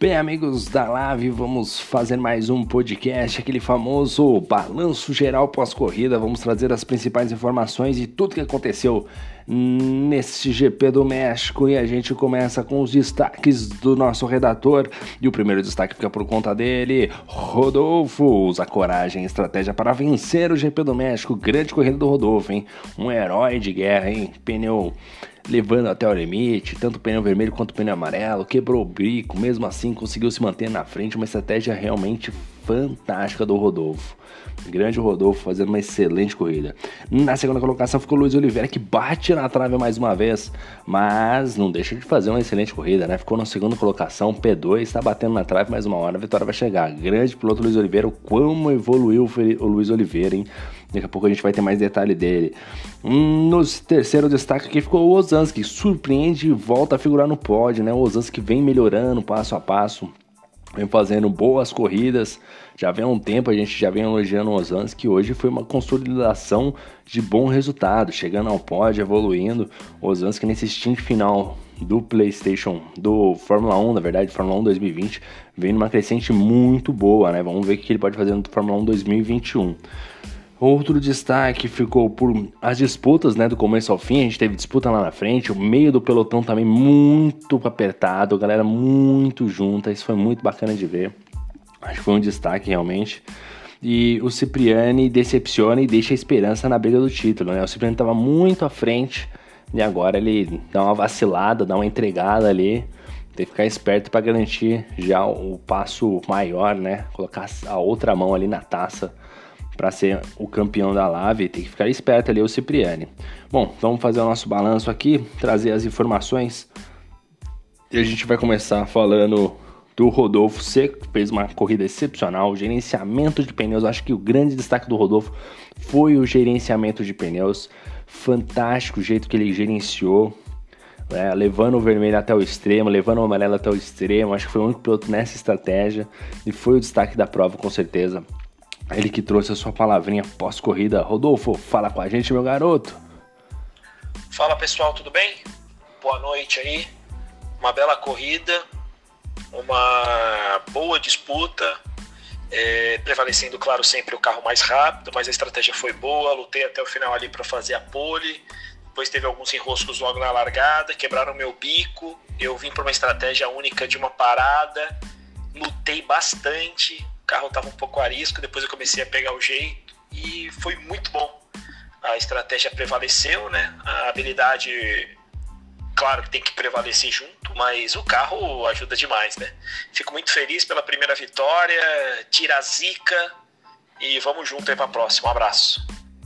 Bem, amigos da Live, vamos fazer mais um podcast, aquele famoso balanço geral pós-corrida. Vamos trazer as principais informações e tudo que aconteceu nesse GP do México. E a gente começa com os destaques do nosso redator. E o primeiro destaque fica por conta dele. Rodolfo usa coragem e estratégia para vencer o GP do México. Grande corrida do Rodolfo, hein? Um herói de guerra, hein? Pneu levando até o limite, tanto o pneu vermelho quanto o pneu amarelo, quebrou o bico, mesmo assim conseguiu se manter na frente, uma estratégia realmente fantástica do Rodolfo. Grande Rodolfo fazendo uma excelente corrida. Na segunda colocação ficou o Luiz Oliveira, que bate na trave mais uma vez, mas não deixa de fazer uma excelente corrida, né? Ficou na segunda colocação, P2, está batendo na trave mais uma hora, a vitória vai chegar. Grande piloto Luiz Oliveira, como evoluiu o Luiz Oliveira, hein? Daqui a pouco a gente vai ter mais detalhe dele. No terceiro destaque aqui ficou o Ozanski, surpreende e volta a figurar no pódio, né? O Ozanski vem melhorando passo a passo, vem fazendo boas corridas. Já vem há um tempo, a gente já vem elogiando o Ozanski, que hoje foi uma consolidação de bom resultado, chegando ao pódio, evoluindo. O Ozanski nesse stint final do PlayStation, do Fórmula 1, na verdade, Fórmula 1 2020, vem numa crescente muito boa, né? Vamos ver o que ele pode fazer no Fórmula 1 2021. Outro destaque ficou por as disputas, né, do começo ao fim. A gente teve disputa lá na frente, o meio do pelotão também muito apertado, a galera muito junta, isso foi muito bacana de ver. Acho que foi um destaque realmente. E o Cipriani decepciona e deixa a esperança na briga do título, né? O Cipriani estava muito à frente e agora ele dá uma vacilada, dá uma entregada ali. Tem que ficar esperto para garantir já o passo maior, né? Colocar a outra mão ali na taça para ser o campeão da Live. Tem que ficar esperto ali o Cipriani. Bom, vamos fazer o nosso balanço aqui, trazer as informações. E a gente vai começar falando do Rodolfo Seco, que fez uma corrida excepcional, o gerenciamento de pneus. Eu acho que o grande destaque do Rodolfo foi o gerenciamento de pneus. Fantástico o jeito que ele gerenciou, né? Levando o vermelho até o extremo, levando o amarelo até o extremo. Acho que foi o único piloto nessa estratégia e foi o destaque da prova, com certeza. Ele que trouxe a sua palavrinha pós-corrida. Rodolfo, fala com a gente, meu garoto. Fala, pessoal, tudo bem? Boa noite aí. Uma bela corrida, uma boa disputa, prevalecendo, claro, sempre o carro mais rápido, mas a estratégia foi boa. Lutei até o final ali para fazer a pole. Depois teve alguns enroscos logo na largada, quebraram meu bico. Eu vim para uma estratégia única de uma parada, lutei bastante. O carro estava um pouco arisco, depois eu comecei a pegar o jeito e foi muito bom. A estratégia prevaleceu, né? A habilidade, claro que tem que prevalecer junto, mas o carro ajuda demais, né? Fico muito feliz pela primeira vitória, tira a zica e vamos junto aí para a próxima. Um abraço.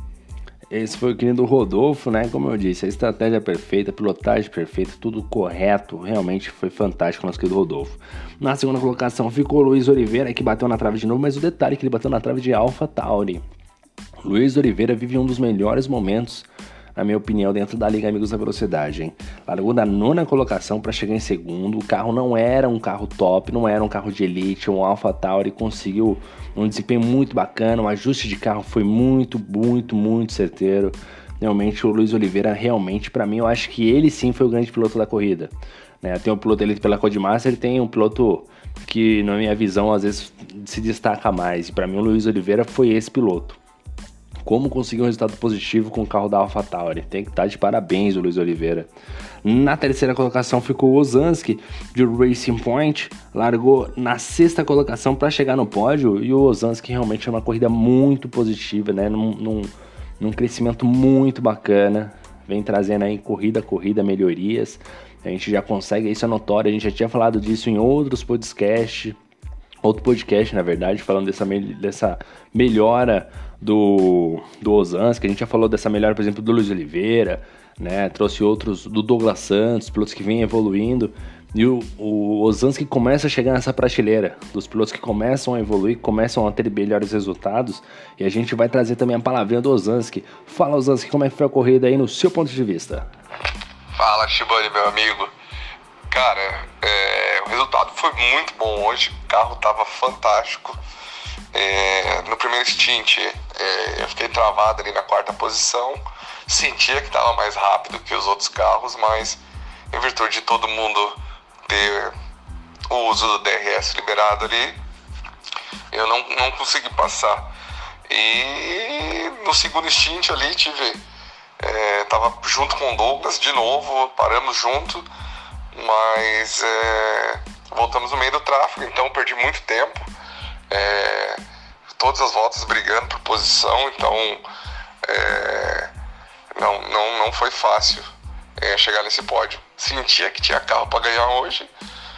Esse foi o querido Rodolfo, né? Como eu disse, a estratégia perfeita, a pilotagem perfeita, tudo correto. Realmente foi fantástico o nosso querido Rodolfo. Na segunda colocação ficou o Luiz Oliveira, que bateu na trave de novo, mas o detalhe é que ele bateu na trave de AlphaTauri. Luiz Oliveira vive um dos melhores momentos, na minha opinião, dentro da Liga Amigos da Velocidade, hein? Largou da nona colocação para chegar em segundo. O carro não era um carro top, não era um carro de elite. O AlphaTauri conseguiu um desempenho muito bacana, o ajuste de carro foi muito certeiro. Realmente o Luiz Oliveira, realmente, para mim, eu acho que ele sim foi o grande piloto da corrida, né? Tem um piloto eleito pela Codemaster, ele tem um piloto que, na minha visão, às vezes se destaca mais. E para mim o Luiz Oliveira foi esse piloto. Como conseguiu um resultado positivo com o carro da AlphaTauri. Tem que estar de parabéns o Luiz Oliveira. Na terceira colocação ficou o Ozanski, de Racing Point. Largou na sexta colocação para chegar no pódio. E o Ozanski realmente é uma corrida muito positiva, né? Num crescimento muito bacana. Vem trazendo aí corrida a corrida melhorias. A gente já consegue, isso é notório. A gente já tinha falado disso em outros podcasts. Outro podcast, na verdade, falando dessa melhora do Ozanski. A gente já falou dessa melhora, por exemplo, do Luiz Oliveira, né? Trouxe outros do Douglas Santos, pilotos que vêm evoluindo. E o Ozanski começa a chegar nessa prateleira dos pilotos que começam a evoluir, começam a ter melhores resultados. E a gente vai trazer também a palavrinha do Ozanski. Fala, Ozanski, como é que foi a corrida aí no seu ponto de vista? Fala, Shibane, meu amigo. Cara, o resultado foi muito bom hoje, o carro estava fantástico. No primeiro stint, eu fiquei travado ali na quarta posição, sentia que estava mais rápido que os outros carros, mas em virtude de todo mundo ter o uso do DRS liberado ali, eu não consegui passar. E no segundo stint ali tava junto com o Douglas de novo, paramos junto, mas voltamos no meio do tráfego, então perdi muito tempo, todas as voltas brigando por posição, então não foi fácil chegar nesse pódio. Sentia que tinha carro para ganhar hoje,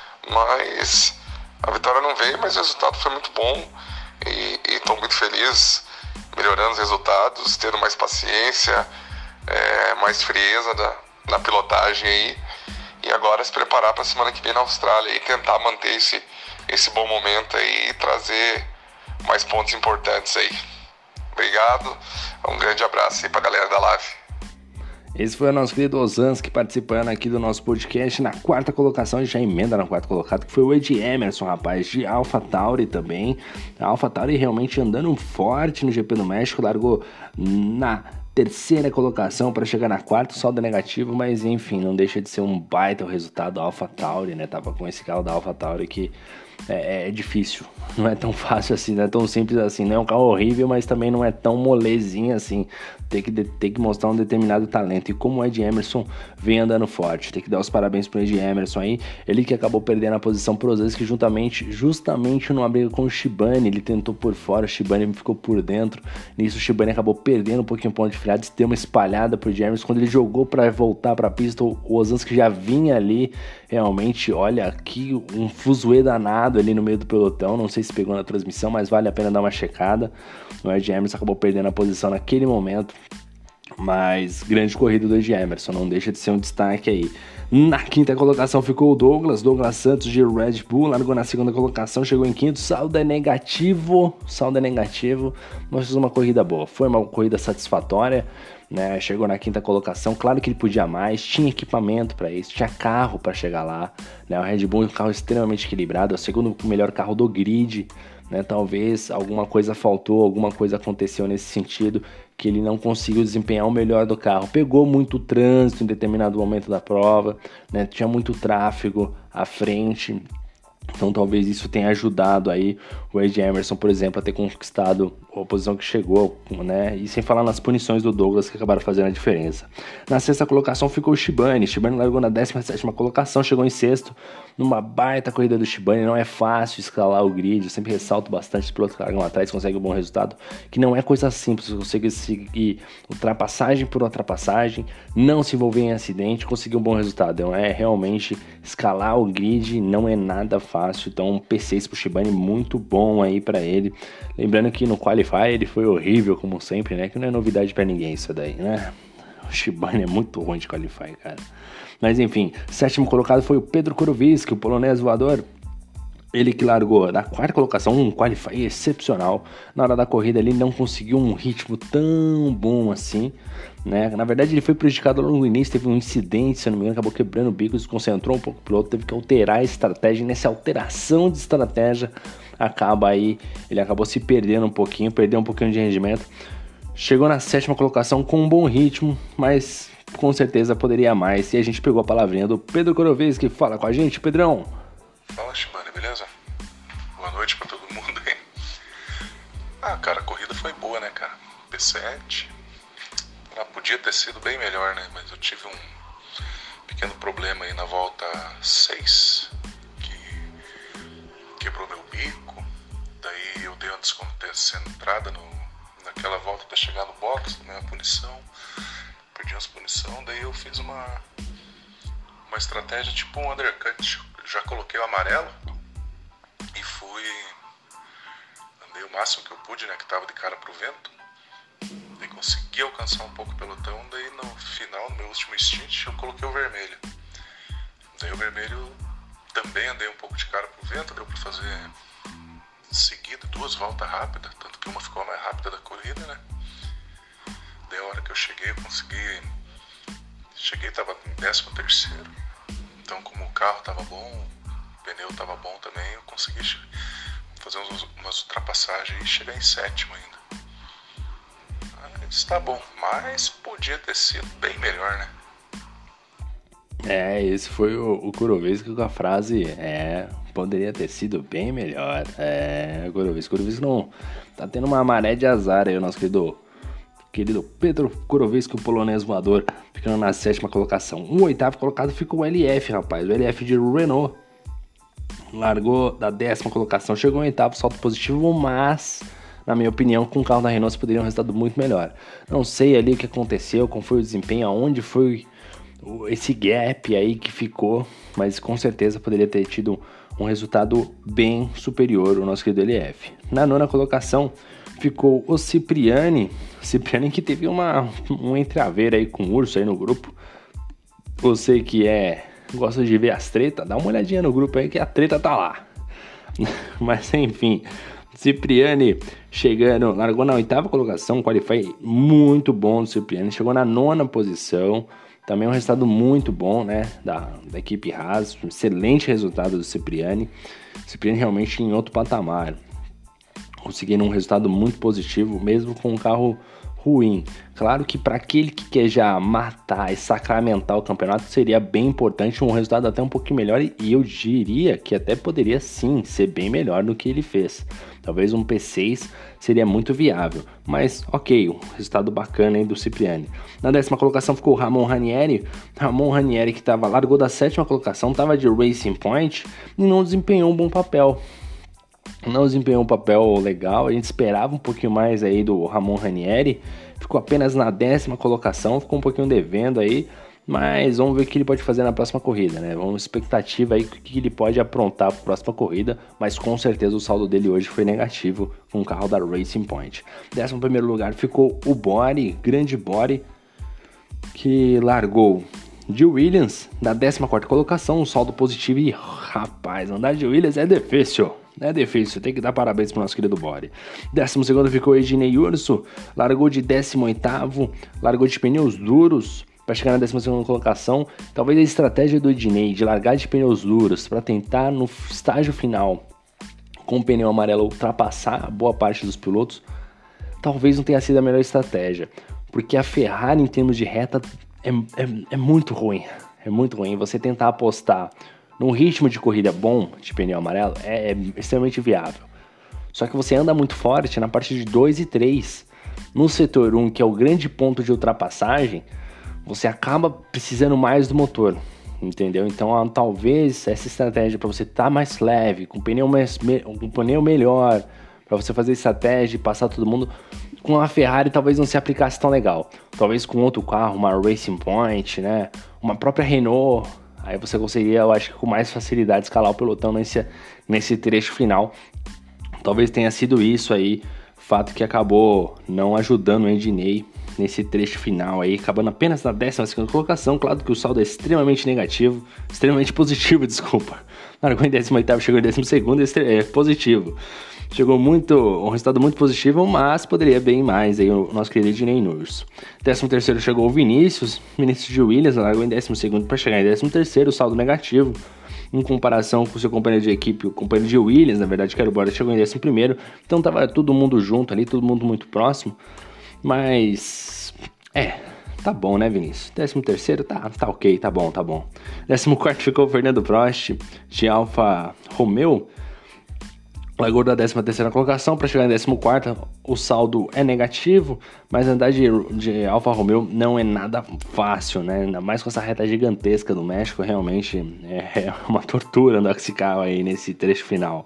mas a vitória não veio, mas o resultado foi muito bom e estou muito feliz, melhorando os resultados, tendo mais paciência, mais frieza na pilotagem aí, e agora se preparar para a semana que vem na Austrália e tentar manter esse bom momento aí e trazer mais pontos importantes aí. Obrigado, um grande abraço aí para a galera da live. Esse foi o nosso querido Ozanski participando aqui do nosso podcast na quarta colocação, a gente já emenda na quarta colocada, que foi o Ed Emerson, rapaz, de AlphaTauri também. A AlphaTauri realmente andando forte no GP do México, largou na terceira colocação para chegar na quarta, saldo negativo, mas enfim, não deixa de ser um baita o resultado da AlphaTauri, né? Tava com esse carro da AlphaTauri que é difícil, não é tão fácil assim, não é tão simples assim, não é um carro horrível, mas também não é tão molezinho assim, tem que mostrar um determinado talento, e como o Ed Emerson vem andando forte, tem que dar os parabéns pro Ed Emerson aí, ele que acabou perdendo a posição pro Ozanski justamente numa briga com o Shibane, ele tentou por fora, o Shibane ficou por dentro, nisso o Shibane acabou perdendo um pouquinho o ponto de freada, deu uma espalhada pro Ed Emerson, quando ele jogou para voltar pra pista, o Ozanski já vinha ali, realmente, olha, aqui um fuzuê danado ali no meio do pelotão, não sei se pegou na transmissão, mas vale a pena dar uma checada. O Ed Emerson acabou perdendo a posição naquele momento, mas grande corrida do Ed Emerson, não deixa de ser um destaque aí. Na quinta colocação ficou o Douglas Santos de Red Bull, largou na segunda colocação, chegou em quinto, saldo é negativo, mas fez uma corrida boa, foi uma corrida satisfatória, né? Chegou na quinta colocação, claro que ele podia mais, tinha equipamento para isso, tinha carro para chegar lá, né? O Red Bull é um carro extremamente equilibrado, é o segundo melhor carro do grid, né? Talvez alguma coisa faltou, alguma coisa aconteceu nesse sentido, que ele não conseguiu desempenhar o melhor do carro, pegou muito trânsito em determinado momento da prova, né? Tinha muito tráfego à frente, então talvez isso tenha ajudado aí o Ed Emerson, por exemplo, a ter conquistado a posição que chegou, né? E sem falar nas punições do Douglas que acabaram fazendo a diferença. Na sexta colocação ficou o Shibane largou na 17ª colocação, chegou em sexto, numa baita corrida do Shibane, não é fácil escalar o grid, eu sempre ressalto bastante os pilotos que largam atrás, conseguem um bom resultado, que não é coisa simples, você consegue seguir ultrapassagem por ultrapassagem, não se envolver em acidente, conseguir um bom resultado, então é realmente escalar o grid, não é nada fácil, então um P6 pro Shibane muito bom aí pra ele, lembrando que no Qualify ele foi horrível como sempre, né, que não é novidade pra ninguém isso daí, né, o Shibane é muito ruim de Qualify, cara. Mas enfim, sétimo colocado foi o Pedro Kurovski, o polonês voador. Ele que largou na quarta colocação, um qualify excepcional. Na hora da corrida ele não conseguiu um ritmo tão bom assim, né? Na verdade ele foi prejudicado logo no início, teve um incidente, se eu não me engano, acabou quebrando o bico, desconcentrou um pouco o piloto, teve que alterar a estratégia, e nessa alteração de estratégia, ele acabou se perdendo um pouquinho, perdeu um pouquinho de rendimento. Chegou na sétima colocação com um bom ritmo, mas com certeza poderia mais. E a gente pegou a palavrinha do Pedro Kurovski, que fala com a gente, Pedrão. Fala, Shibane, beleza? Boa noite pra todo mundo aí. Ah, cara, a corrida foi boa, né, cara? P7. Podia ter sido bem melhor, né? Mas eu tive um pequeno problema aí na volta 6, que quebrou meu bico. Daí eu dei uma desconcentrada naquela volta até chegar no box, né? A punição. Perdi as punição, daí eu fiz uma estratégia tipo um undercut. Já coloquei o amarelo e andei o máximo que eu pude, né, que tava de cara pro vento, daí consegui alcançar um pouco o pelotão, daí no final, no meu último stint, eu coloquei o vermelho, daí o vermelho também andei um pouco de cara pro vento, deu pra fazer seguido 2 voltas rápidas, tanto que uma ficou a mais rápida da corrida, né, daí a hora que eu cheguei, tava em 13º, então como o carro tava bom, o pneu tava bom também, eu consegui fazer umas ultrapassagens e chegar em 7º ainda. Mas tá bom, mas podia ter sido bem melhor, né? Esse foi o Kurovski com a frase, poderia ter sido bem melhor. Kurovisk não tá tendo uma maré de azar aí, o nosso querido Pedro Kurovisk, o polonês voador, ficando na 7ª colocação. O 8º colocado ficou o LF, rapaz, o LF de Renault. Largou da 10ª colocação, chegou em 8º, salto positivo, mas, na minha opinião, com o carro da Renault você poderia um resultado muito melhor. Não sei ali o que aconteceu, como foi o desempenho, aonde foi esse gap aí que ficou, mas com certeza poderia ter tido um resultado bem superior o nosso querido LF. Na 9ª colocação ficou o Cipriani que teve um entreaver aí com o Urso aí no grupo. Você que gosta de ver as tretas, dá uma olhadinha no grupo aí que a treta tá lá. Mas enfim, Cipriani chegando, largou na 8ª colocação, qualify muito bom do Cipriani, chegou na 9ª posição, também um resultado muito bom, né, da equipe Haas, um excelente resultado do Cipriani realmente em outro patamar, conseguindo um resultado muito positivo, mesmo com um carro ruim. Claro que para aquele que quer já matar e sacramentar o campeonato, seria bem importante um resultado até um pouquinho melhor, e eu diria que até poderia sim ser bem melhor do que ele fez. Talvez um P6 seria muito viável, mas ok, um resultado bacana aí do Cipriani. Na 10ª colocação ficou o Ramon Ranieri que largou da 7ª colocação, estava de Racing Point e não desempenhou um bom papel. Não desempenhou um papel legal, a gente esperava um pouquinho mais aí do Ramon Ranieri, ficou apenas na 10ª colocação, ficou um pouquinho devendo aí, mas vamos ver o que ele pode fazer na próxima corrida, né? Vamos expectativa aí, o que ele pode aprontar para a próxima corrida, mas com certeza o saldo dele hoje foi negativo com o carro da Racing Point. 11º lugar ficou o Bori, grande Bori, que largou de Williams na 14ª colocação, um saldo positivo, e rapaz, andar de Williams é difícil. Tem que dar parabéns pro nosso querido Bori. 12º ficou o Ednei Urso, largou de 18º, largou de pneus duros para chegar na 12ª colocação. Talvez a estratégia do Ednei de largar de pneus duros para tentar no estágio final com o pneu amarelo ultrapassar a boa parte dos pilotos, talvez não tenha sido a melhor estratégia, porque a Ferrari em termos de reta é muito ruim. É muito ruim. Você tentar apostar num ritmo de corrida bom de pneu amarelo é extremamente viável. Só que você anda muito forte na parte de 2 e 3. No setor 1, que é o grande ponto de ultrapassagem, você acaba precisando mais do motor, entendeu? Então talvez essa estratégia para você estar mais leve, com um pneu melhor, para você fazer estratégia e passar todo mundo, com a Ferrari talvez não se aplicasse tão legal. Talvez com outro carro, uma Racing Point, né? Uma própria Renault, aí você conseguiria, eu acho que com mais facilidade, escalar o pelotão nesse trecho final. Talvez tenha sido isso aí, fato que acabou não ajudando o Ednei nesse trecho final aí, acabando apenas na 12ª colocação. Claro que o saldo é extremamente positivo, desculpa. Largou em 18º, chegou em 12º, é positivo. Chegou um resultado muito positivo, mas poderia bem mais aí o nosso querido Ednei Urso. 13º chegou o Vinícius de Williams, largou em 12º para chegar em 13º, saldo negativo. Em comparação com o seu companheiro de equipe, o companheiro de Williams, na verdade, que era o Bora, chegou em 11º. Então tava todo mundo junto ali, todo mundo muito próximo. Mas, tá bom, né, Vinícius? 13º, tá ok, tá bom. 14º ficou o Fernando Prost, de Alfa Romeo. Largou da 13ª colocação para chegar em 14º, o saldo é negativo, mas andar de Alfa Romeo não é nada fácil, né? Ainda mais com essa reta gigantesca do México, realmente é uma tortura andar com esse carro aí nesse trecho final.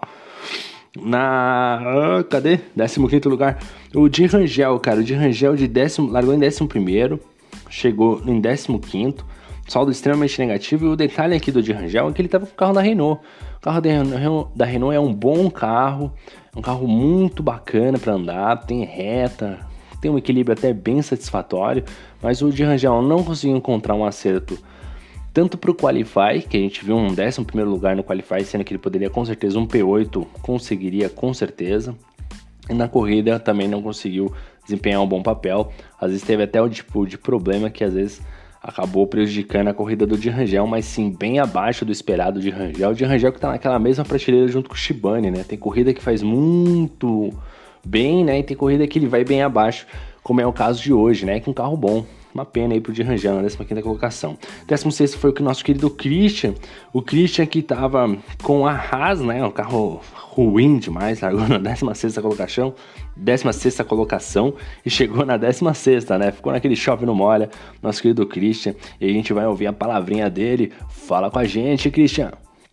Cadê? 15º lugar, o Di Rangel, cara, largou em 11º, chegou em 15º, saldo extremamente negativo, e o detalhe aqui do Di Rangel é que ele estava com o carro da Renault. O carro da Renault é um bom carro, é um carro muito bacana para andar, tem reta, tem um equilíbrio até bem satisfatório, mas o Di Rangel não conseguiu encontrar um acerto tanto para o Qualify, que a gente viu um 11º lugar no Qualify, sendo que ele poderia com certeza, um P8 conseguiria com certeza, e na corrida também não conseguiu desempenhar um bom papel. Às vezes teve até o tipo de problema que às vezes acabou prejudicando a corrida do Di Rangel, mas sim bem abaixo do esperado de Rangel. O Di Rangel que tá naquela mesma prateleira junto com o Shibane, né? Tem corrida que faz muito bem, né? E tem corrida que ele vai bem abaixo, como é o caso de hoje, né? Com um carro bom. uma pena aí pro Djanjan na 15ª colocação. 16º foi o nosso querido Christian. O Christian que tava com a Haas, né? Um carro ruim demais, largou na 16ª colocação e chegou na 16ª, né? Ficou naquele chove no molha, nosso querido Christian. E a gente vai ouvir a palavrinha dele. Fala com a gente, Christian.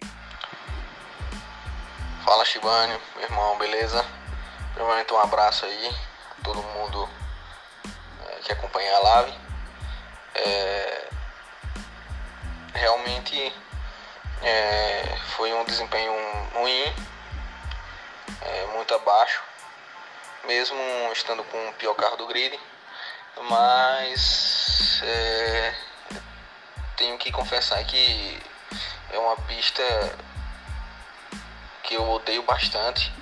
Fala, Shibane, meu irmão, beleza? Primeiramente um abraço aí a todo mundo que acompanha a live. Realmente foi um desempenho ruim, muito abaixo, mesmo estando com o pior carro do grid, mas tenho que confessar que é uma pista que eu odeio bastante.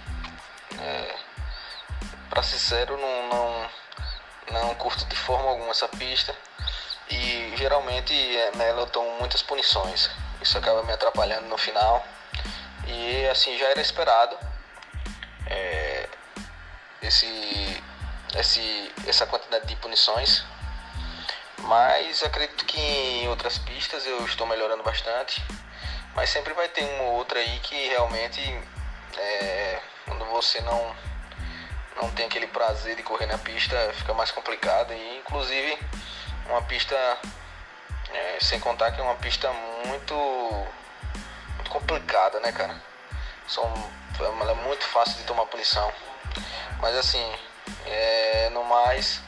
Pra ser sincero, não curto de forma alguma essa pista, e geralmente nela eu tomo muitas punições. Isso acaba me atrapalhando no final, e assim já era esperado essa quantidade de punições, mas acredito que em outras pistas eu estou melhorando bastante, mas sempre vai ter uma ou outra aí que realmente quando você não tem aquele prazer de correr na pista, fica mais complicado. E inclusive uma pista, sem contar que é uma pista muito complicada, né, cara? Ela é muito fácil de tomar punição, mas assim, no mais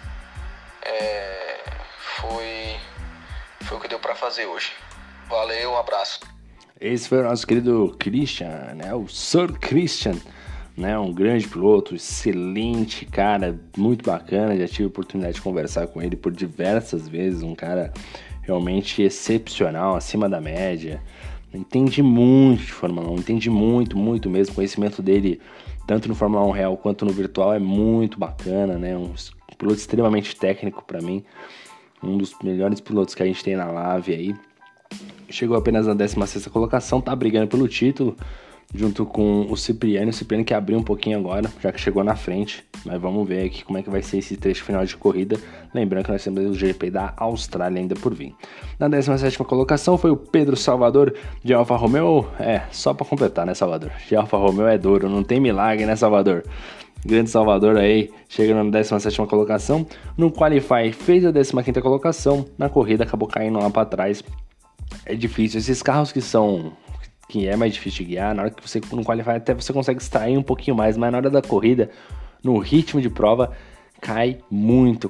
foi o que deu pra fazer hoje. Valeu, um abraço. Esse foi o nosso querido Christian, né? O Sir Christian, né? Um grande piloto, excelente cara, muito bacana. Já tive a oportunidade de conversar com ele por diversas vezes. Um cara realmente excepcional, acima da média. Entende muito de Fórmula 1, entende muito mesmo. O conhecimento dele, tanto no Fórmula 1 real quanto no virtual, é muito bacana, né? Um piloto extremamente técnico para mim. Um dos melhores pilotos que a gente tem na Live aí. Chegou apenas na 16ª colocação, tá brigando pelo título, junto com o Cipriano que abriu um pouquinho agora, já que chegou na frente. Mas vamos ver aqui como é que vai ser esse trecho final de corrida. Lembrando que nós temos o GP da Austrália ainda por vir. Na 17ª colocação foi o Pedro Salvador de Alfa Romeo. Só pra completar, né, Salvador? De Alfa Romeo é duro, não tem milagre, né, Salvador? Grande Salvador aí, chegando na 17ª colocação. No Qualify fez a 15ª colocação, na corrida acabou caindo lá pra trás. É difícil, esses carros que é mais difícil de guiar, na hora que você no Qualify até você consegue extrair um pouquinho mais, mas na hora da corrida, no ritmo de prova, cai muito.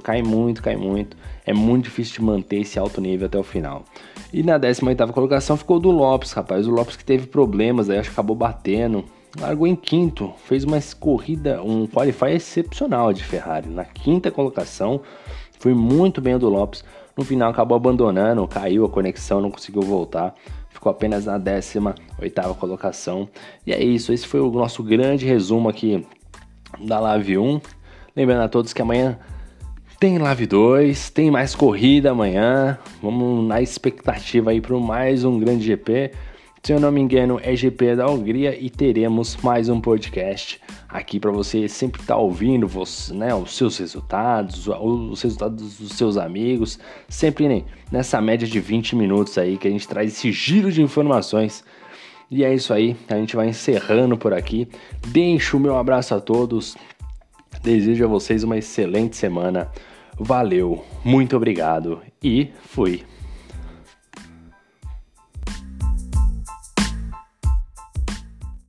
É muito difícil de manter esse alto nível até o final. E na 18ª colocação ficou o do Lopes, rapaz. O Lopes que teve problemas, aí acho que acabou batendo. Largou em quinto, fez uma corrida, um Qualify excepcional de Ferrari. Na 5ª colocação, foi muito bem o do Lopes. No final acabou abandonando, caiu a conexão, não conseguiu voltar. Ficou apenas na 18ª colocação. E é isso, esse foi o nosso grande resumo aqui da Live 1. Lembrando a todos que amanhã tem Live 2, tem mais corrida amanhã. Vamos na expectativa aí para mais um grande GP. Se eu não me engano, é GP da Hungria e teremos mais um podcast aqui para você sempre estar ouvindo né, os seus resultados, os resultados dos seus amigos, sempre nessa média de 20 minutos aí que a gente traz esse giro de informações. E é isso aí, a gente vai encerrando por aqui. Deixo o meu abraço a todos, desejo a vocês uma excelente semana. Valeu, muito obrigado e fui!